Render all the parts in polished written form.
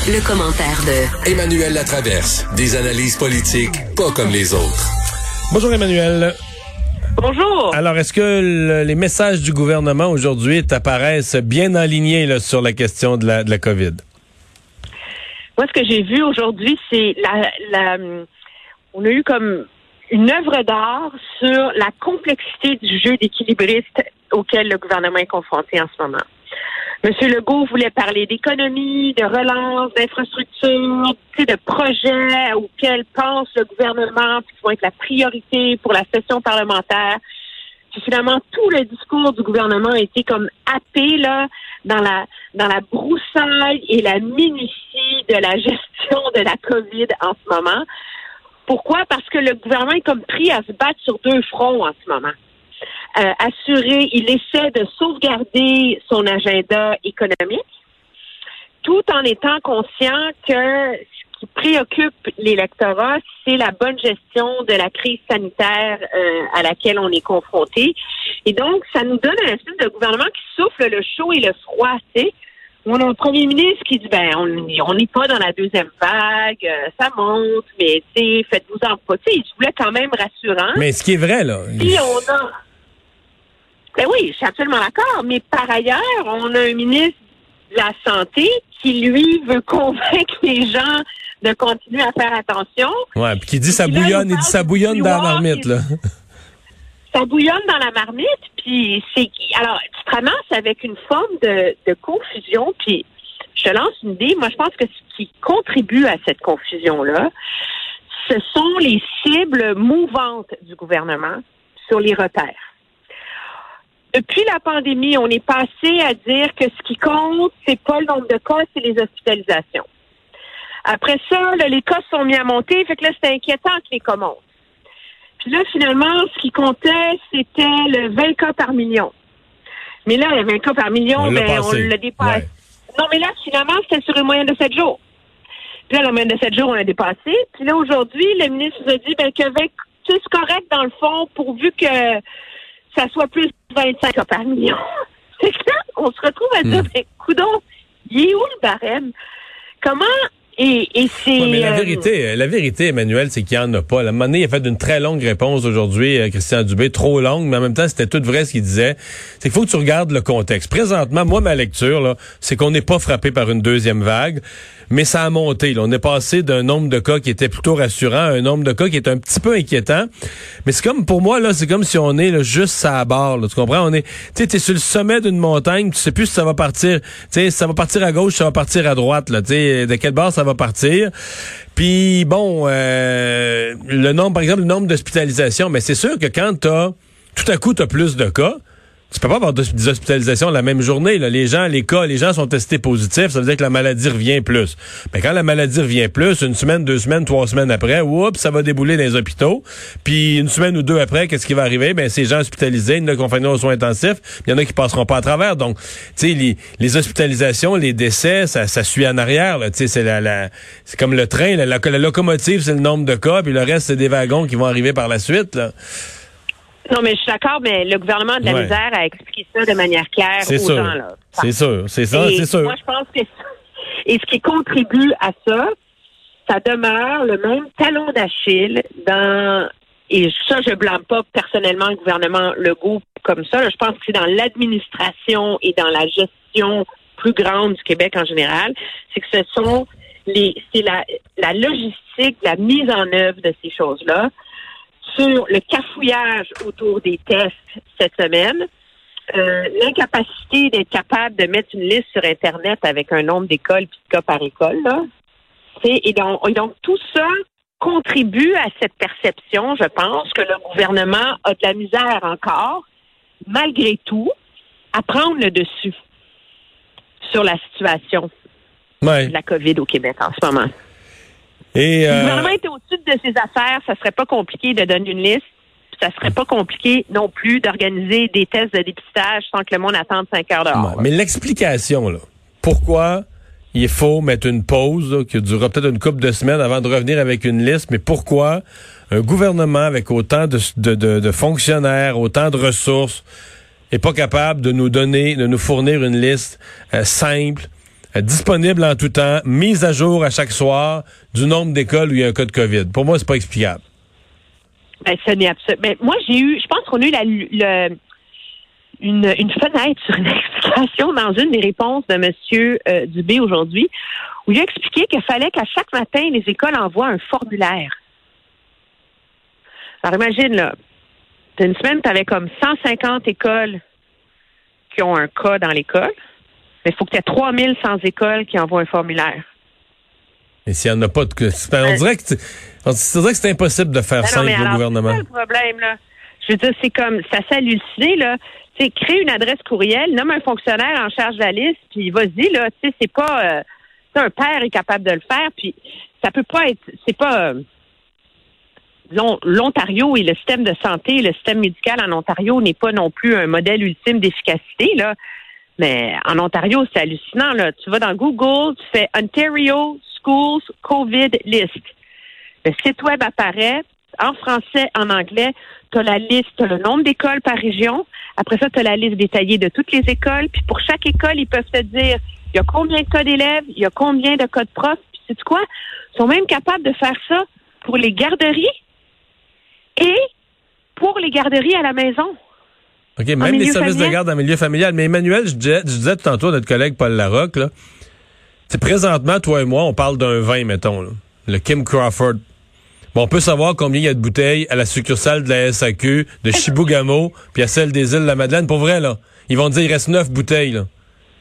Le commentaire de Emmanuel Latraverse. Des analyses politiques pas comme les autres. Bonjour Emmanuel. Bonjour. Alors, est-ce que les messages du gouvernement aujourd'hui t'apparaissent bien alignés là, sur la question de la COVID? Moi, ce que j'ai vu aujourd'hui, c'est on a eu comme une œuvre d'art sur la complexité du jeu d'équilibriste auquel le gouvernement est confronté en ce moment. Monsieur Legault voulait parler d'économie, de relance, d'infrastructure, de projets auxquels pense le gouvernement, qui vont être la priorité pour la session parlementaire. Puis finalement, tout le discours du gouvernement a été comme happé là dans la broussaille et la minutie de la gestion de la COVID en ce moment. Pourquoi? Parce que le gouvernement est comme pris à se battre sur deux fronts en ce moment. Il essaie de sauvegarder son agenda économique, tout en étant conscient que ce qui préoccupe l'électorat, c'est la bonne gestion de la crise sanitaire à laquelle on est confronté. Et donc, ça nous donne un espèce de gouvernement qui souffle le chaud et le froid, tu sais. On a un premier ministre qui dit, on n'est pas dans la deuxième vague, ça monte, mais tu sais, faites-vous-en pas. Tu sais, il se voulait quand même rassurant. Mais ce qui est vrai, là. Puis on a... Ben oui, je suis absolument d'accord. Mais par ailleurs, on a un ministre de la Santé qui, lui, veut convaincre les gens de continuer à faire attention. Ouais, puis qui dit ça bouillonne, il dit ça bouillonne dans la marmite, là. Ça bouillonne dans la marmite, puis alors, tu te ramasses avec une forme de confusion, puis je te lance une idée. Moi, je pense que ce qui contribue à cette confusion-là, ce sont les cibles mouvantes du gouvernement sur les repères. Depuis la pandémie, on est passé à dire que ce qui compte, c'est pas le nombre de cas, c'est les hospitalisations. Après ça, là, les cas sont mis à monter, fait que là, c'est inquiétant que les cas montent. Puis là, finalement, ce qui comptait, c'était le 20 cas par million. Mais là, le 20 cas par million, on l'a dépassé. Ouais. Non, mais là, finalement, c'était sur une moyenne de 7 jours. Puis là, la moyenne de 7 jours, on l'a dépassé. Puis là, aujourd'hui, le ministre nous a dit que 20, c'est correct dans le fond, pourvu que ça soit plus 25 cas par million. C'est que là, on se retrouve à dire, coudonc, il est où le barème? Comment... Et c'est... Ouais, mais la vérité, Emmanuel, c'est qu'il n'y en a pas. À un moment donné, il a fait une très longue réponse aujourd'hui, Christian Dubé, trop longue, mais en même temps, c'était tout vrai ce qu'il disait. C'est qu'il faut que tu regardes le contexte. Présentement, moi, ma lecture, là, c'est qu'on n'est pas frappé par une deuxième vague, mais ça a monté. Là. On est passé d'un nombre de cas qui était plutôt rassurant à un nombre de cas qui est un petit peu inquiétant. Mais c'est comme, pour moi, là, c'est comme si on est là, juste à la barre. Là, tu comprends? On est, tu sais, t'es sur le sommet d'une montagne, tu sais plus si ça va partir, tu sais, ça va partir à gauche, ça va partir à droite, là, tu sais, de quelle barre ça va partir. Puis bon, le nombre, par exemple, le nombre d'hospitalisations, mais c'est sûr que quand tout à coup, t'as plus de cas, tu peux pas avoir des hospitalisations la même journée. Là. Les gens sont testés positifs, ça veut dire que la maladie revient plus. Mais quand la maladie revient plus, une semaine, 2 semaines, 3 semaines après, oups, ça va débouler dans les hôpitaux. Puis une semaine ou 2 après, qu'est-ce qui va arriver? Ben, ces gens hospitalisés, il y en a confinés aux soins intensifs, il y en a qui passeront pas à travers. Donc, tu sais, les hospitalisations, les décès, ça suit en arrière. Tu sais, c'est comme le train, la locomotive, c'est le nombre de cas, puis le reste, c'est des wagons qui vont arriver par la suite, là. Non, mais je suis d'accord, mais le gouvernement a de la misère à expliquer ça de manière claire aux gens. Là. C'est sûr. Moi, je pense que et ce qui contribue à ça, ça demeure le même talon d'Achille et ça, je blâme pas personnellement le gouvernement Legault comme ça. Là, je pense que c'est dans l'administration et dans la gestion plus grande du Québec en général. C'est que c'est la logistique, la mise en œuvre de ces choses-là. Sur le cafouillage autour des tests cette semaine, l'incapacité d'être capable de mettre une liste sur Internet avec un nombre d'écoles puis de cas par école, là. Et donc, tout ça contribue à cette perception, je pense, que le gouvernement a de la misère encore, malgré tout, à prendre le dessus sur la situation de la COVID au Québec en ce moment. Et si le gouvernement était au-dessus de ses affaires, ça serait pas compliqué de donner une liste. Ça serait pas compliqué non plus d'organiser des tests de dépistage sans que le monde attende 5 heures dehors. Mais l'explication, là, pourquoi il faut mettre une pause là, qui durera peut-être une couple de semaines avant de revenir avec une liste, mais pourquoi un gouvernement avec autant de fonctionnaires, autant de ressources, est pas capable de nous fournir une liste simple, disponible en tout temps, mise à jour à chaque soir du nombre d'écoles où il y a un cas de COVID. Pour moi, c'est pas explicable. Ben, ce n'est absolument. Mais moi, je pense qu'on a eu une fenêtre sur une explication dans une des réponses de M. Dubé aujourd'hui, où il a expliqué qu'il fallait qu'à chaque matin, les écoles envoient un formulaire. Alors, imagine, là, une semaine, tu avais comme 150 écoles qui ont un cas dans l'école, mais il faut que tu aies 3100 écoles qui envoient un formulaire. Et s'il n'y en a pas de... On dirait que c'est impossible de faire simple au gouvernement. C'est ça le problème, là. Je veux dire, c'est comme, ça s'est halluciné, là. Tu sais, crée une adresse courriel, nomme un fonctionnaire en charge de la liste, puis vas-y, là. Tu sais, c'est pas... un père est capable de le faire, puis ça peut pas être... C'est pas... disons, l'Ontario et le système de santé, le système médical en Ontario n'est pas non plus un modèle ultime d'efficacité, là. Mais en Ontario, c'est hallucinant, là. Tu vas dans Google, tu fais Ontario Schools COVID List. Le site web apparaît en français, en anglais. Tu as la liste, tu as le nombre d'écoles par région. Après ça, tu as la liste détaillée de toutes les écoles. Puis pour chaque école, ils peuvent te dire il y a combien de cas d'élèves, il y a combien de cas de profs. Puis sais-tu quoi? Ils sont même capables de faire ça pour les garderies et pour les garderies à la maison. OK, même les services de garde en milieu familial. Mais Emmanuel, je disais tout tantôt à notre collègue Paul Larocque, là, présentement, toi et moi, on parle d'un vin, mettons, là, le Kim Crawford. Bon, on peut savoir combien il y a de bouteilles à la succursale de la SAQ, de Chibougamau, puis à celle des îles de la Madeleine. Pour vrai, là, ils vont dire il reste 9 bouteilles, là.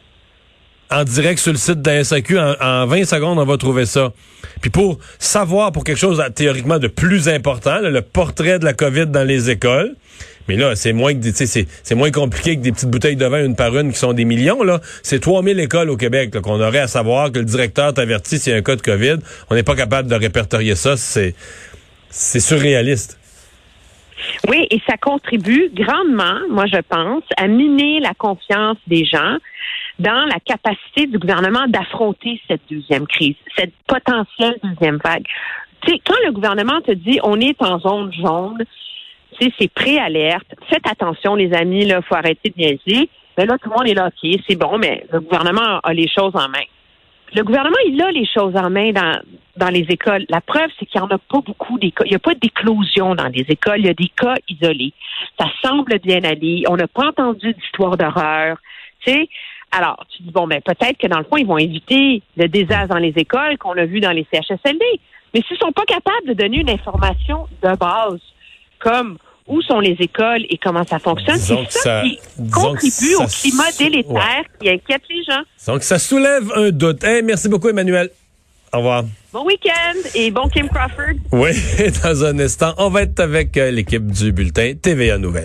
En direct sur le site de la SAQ, en 20 secondes, on va trouver ça. Puis pour savoir, pour quelque chose théoriquement de plus important, là, le portrait de la COVID dans les écoles, mais là, c'est moins compliqué que des petites bouteilles de vin une par une qui sont des millions, là. C'est 3000 écoles au Québec, là, qu'on aurait à savoir que le directeur t'avertit s'il y a un cas de COVID. On n'est pas capable de répertorier ça. C'est surréaliste. Oui, et ça contribue grandement, moi, je pense, à miner la confiance des gens dans la capacité du gouvernement d'affronter cette deuxième crise, cette potentielle deuxième vague. Tu sais, quand le gouvernement te dit on est en zone jaune, tu sais, c'est préalerte, faites attention les amis, là, faut arrêter de niaiser. Mais là, tout le monde est là, OK, c'est bon, mais le gouvernement a les choses en main. Le gouvernement, il a les choses en main dans les écoles. La preuve, c'est qu'il n'y en a pas beaucoup d'écoles. Il n'y a pas d'éclosion dans les écoles. Il y a des cas isolés. Ça semble bien aller. On n'a pas entendu d'histoire d'horreur. Tu sais, alors, tu dis, bon, ben peut-être que dans le fond, ils vont éviter le désastre dans les écoles qu'on a vu dans les CHSLD. Mais s'ils ne sont pas capables de donner une information de base, comme où sont les écoles et comment ça fonctionne, c'est ça qui contribue au climat délétère qui inquiète les gens. Donc, ça soulève un doute. Hey, merci beaucoup, Emmanuel. Au revoir. Bon week-end et bon Kim Crawford. Oui, dans un instant, on va être avec l'équipe du bulletin TVA Nouvelles.